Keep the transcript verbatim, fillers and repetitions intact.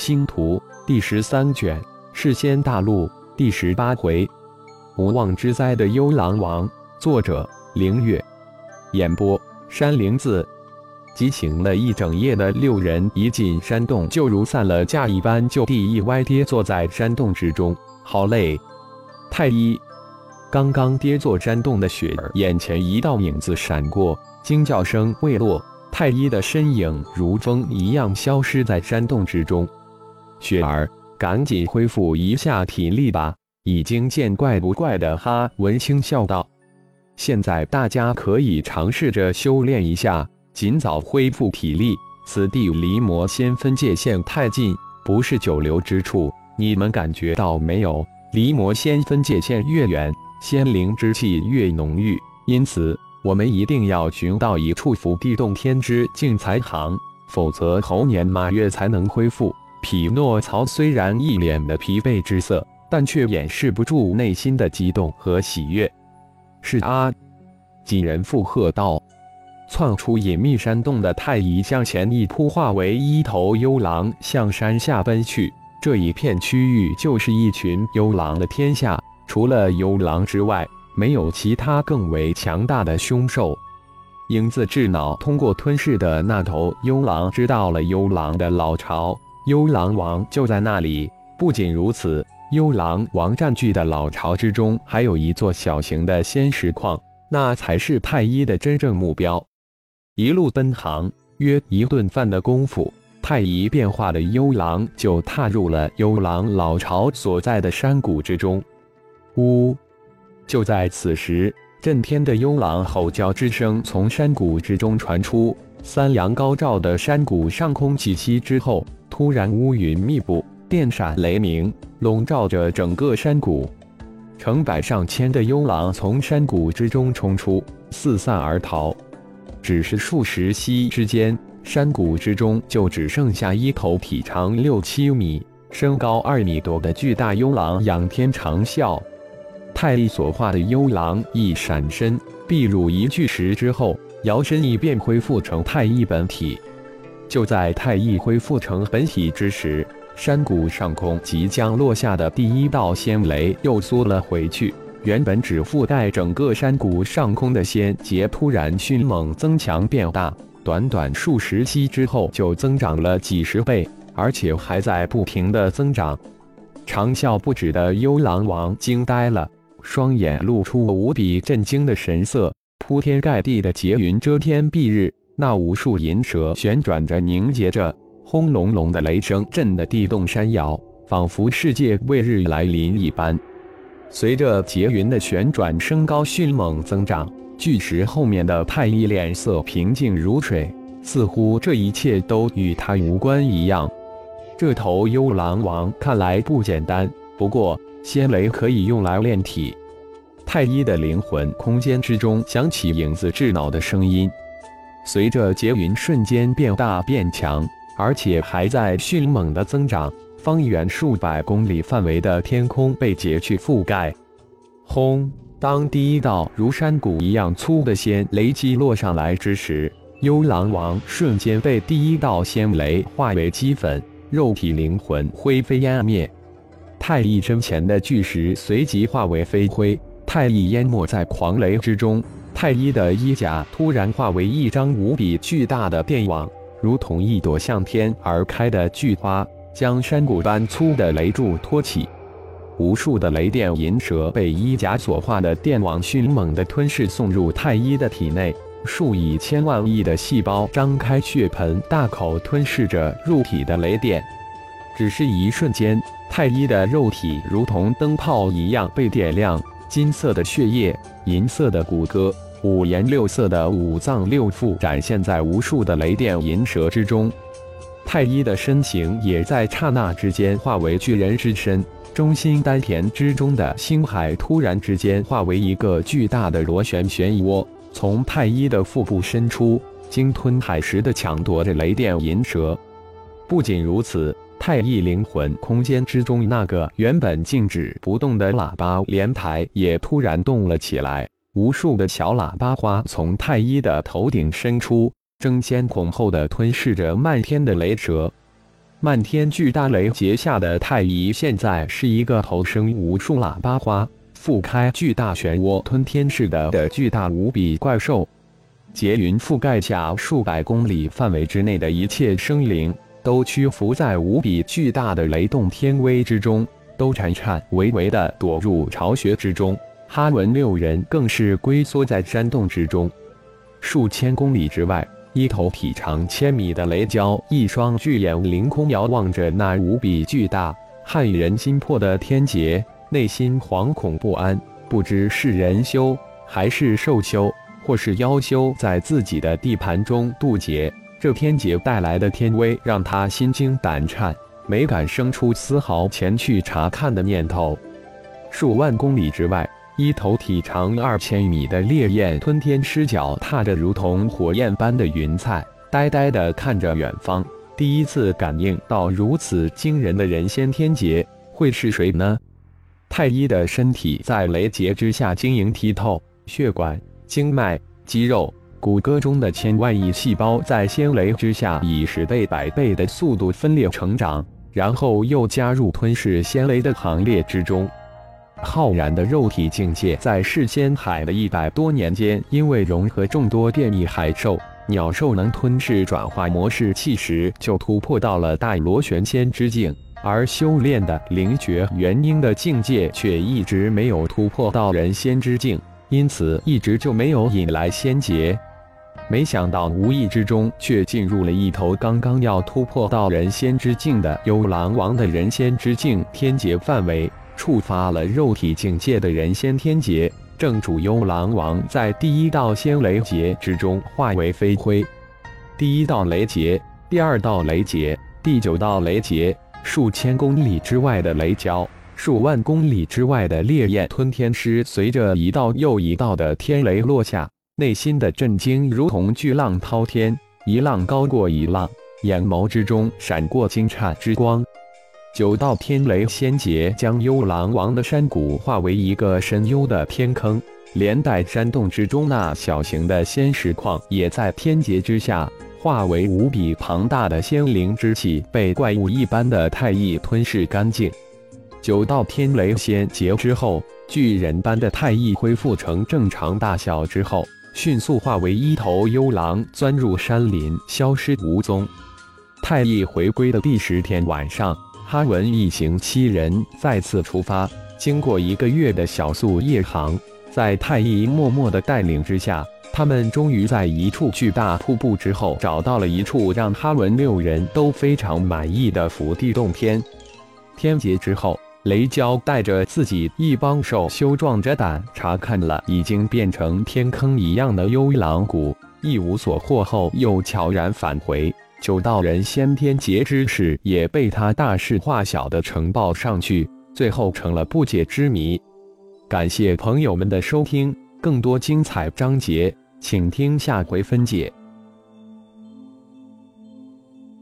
星图第十三卷，世仙大陆第十八回，无妄之灾的幽狼王。作者：凌月。演播：山灵子。急行了一整夜的六人一进山洞，就如散了架一般，就地一歪跌坐在山洞之中，好累。太医刚刚跌坐山洞的雪儿眼前一道影子闪过，惊叫声未落，太医的身影如风一样消失在山洞之中。雪儿，赶紧恢复一下体力吧！已经见怪不怪的哈文清笑道。现在大家可以尝试着修炼一下，尽早恢复体力。此地离魔仙分界线太近，不是久留之处，你们感觉到没有？离魔仙分界线越远，仙灵之气越浓郁，因此我们一定要寻到一处福地洞天之境才行，否则猴年马月才能恢复。匹诺曹虽然一脸的疲惫之色，但却掩饰不住内心的激动和喜悦。是啊，几人附和道。窜出隐秘山洞的太乙向前一扑，化为一头幽狼向山下奔去。这一片区域就是一群幽狼的天下，除了幽狼之外，没有其他更为强大的凶兽。影子智脑通过吞噬的那头幽狼知道了幽狼的老巢，幽狼王就在那里。不仅如此，幽狼王占据的老巢之中还有一座小型的仙石矿，那才是太一的真正目标。一路奔航，约一顿饭的功夫，太一变化的幽狼就踏入了幽狼老巢所在的山谷之中。呜！就在此时，震天的幽狼吼叫之声从山谷之中传出。三阳高照的山谷上空几息之后，突然乌云密布，电闪雷鸣，笼罩着整个山谷。成百上千的幽狼从山谷之中冲出，四散而逃。只是数十息之间，山谷之中就只剩下一头体长六七米、身高二米多的巨大幽狼仰天长啸。太一所化的幽狼一闪身，避入一巨石之后，摇身一变恢复成太一本体。就在太一恢复成本体之时，山谷上空即将落下的第一道仙雷又缩了回去。原本只覆盖整个山谷上空的仙劫突然迅猛增强变大，短短数十息之后就增长了几十倍，而且还在不停的增长。长啸不止的幽狼王惊呆了，双眼露出无比震惊的神色。铺天盖地的劫云遮天蔽日，那无数银蛇旋转着凝结着，轰隆隆的雷声震得地动山摇，仿佛世界为日来临一般。随着劫云的旋转升高迅猛增长，巨石后面的太一脸色平静如水，似乎这一切都与他无关一样。这头幽狼王看来不简单，不过仙雷可以用来炼体。太一的灵魂空间之中响起影子智脑的声音。随着劫云瞬间变大变强，而且还在迅猛的增长，方圆数百公里范围的天空被劫去覆盖。轰！当第一道如山谷一样粗的仙雷击落上来之时，幽狼王瞬间被第一道仙雷化为齑粉，肉体灵魂灰飞烟灭。太一身前的巨石随即化为飞灰，太一淹没在狂雷之中。太一的衣甲突然化为一张无比巨大的电网，如同一朵向天而开的巨花，将山谷般粗的雷柱托起。无数的雷电银蛇被衣甲所化的电网迅猛地吞噬，送入太一的体内。数以千万亿的细胞张开血盆大口吞噬着入体的雷电。只是一瞬间，太一的肉体如同灯泡一样被点亮，金色的血液、银色的骨骼、五颜六色的五脏六腑展现在无数的雷电银蛇之中。太一的身形也在刹那之间化为巨人之身，中心丹田之中的星海突然之间化为一个巨大的螺旋漩涡，从太一的腹部伸出，鲸吞海食的抢夺着雷电银蛇。不仅如此，太一灵魂空间之中那个原本静止不动的喇叭莲台也突然动了起来，无数的小喇叭花从太一的头顶伸出，争先恐后地吞噬着漫天的雷蛇。 漫天巨大雷劫下的太乙现在是一个头生无数喇叭花、覆开巨大漩涡、吞天似的的巨大无比怪兽。劫云覆盖下数百公里范围之内的一切生灵，都屈服在无比巨大的雷动天威之中，都颤颤巍巍地躲入巢穴之中。哈文六人更是龟缩在山洞之中。数千公里之外，一头体长千米的雷蛟，一双巨眼凌空遥望着那无比巨大、撼人心魄的天劫，内心惶恐不安，不知是人修还是兽修，或是妖修在自己的地盘中渡劫。这天劫带来的天威让他心惊胆颤，没敢生出丝毫前去查看的念头。数万公里之外，一头体长二千米的烈焰吞天狮脚踏着如同火焰般的云彩，呆呆地看着远方。第一次感应到如此惊人的人仙天劫，会是谁呢？太一的身体在雷劫之下晶莹剔透，血管、经脉、肌肉、骨骼中的千万亿细胞在仙雷之下以十倍、百倍的速度分裂成长，然后又加入吞噬仙雷的行列之中。浩然的肉体境界在世仙海的一百多年间，因为融合众多变异海兽、鸟兽能吞噬转化模式气时，就突破到了大螺旋仙之境，而修炼的灵觉元婴的境界却一直没有突破到人仙之境，因此一直就没有引来仙劫。没想到无意之中却进入了一头刚刚要突破到人仙之境的幽狼王的人仙之境天劫范围，触发了肉体境界的人仙天劫，正主幽狼王在第一道仙雷劫之中化为飞灰。第一道雷劫，第二道雷劫，第九道雷劫，数千公里之外的雷蛟，数万公里之外的烈焰吞天狮，随着一道又一道的天雷落下，内心的震惊如同巨浪滔天，一浪高过一浪，眼眸之中闪过惊颤之光。九道天雷仙劫将幽狼王的山谷化为一个深幽的天坑，连带山洞之中那小型的仙石矿也在天劫之下化为无比庞大的仙灵之气，被怪物一般的太乙吞噬干净。九道天雷仙劫之后，巨人般的太乙恢复成正常大小之后，迅速化为一头幽狼，钻入山林，消失无踪。太乙回归的第十天晚上，哈文一行七人再次出发，经过一个月的小宿夜航，在太乙默默的带领之下，他们终于在一处巨大瀑布之后找到了一处让哈文六人都非常满意的福地洞天。天劫之后，雷蛟带着自己一帮兽修壮着胆查看了已经变成天坑一样的幽狼谷，一无所获后又悄然返回。九道人先天劫之事也被他大事化小的呈报上去，最后成了不解之谜。感谢朋友们的收听，更多精彩章节，请听下回分解。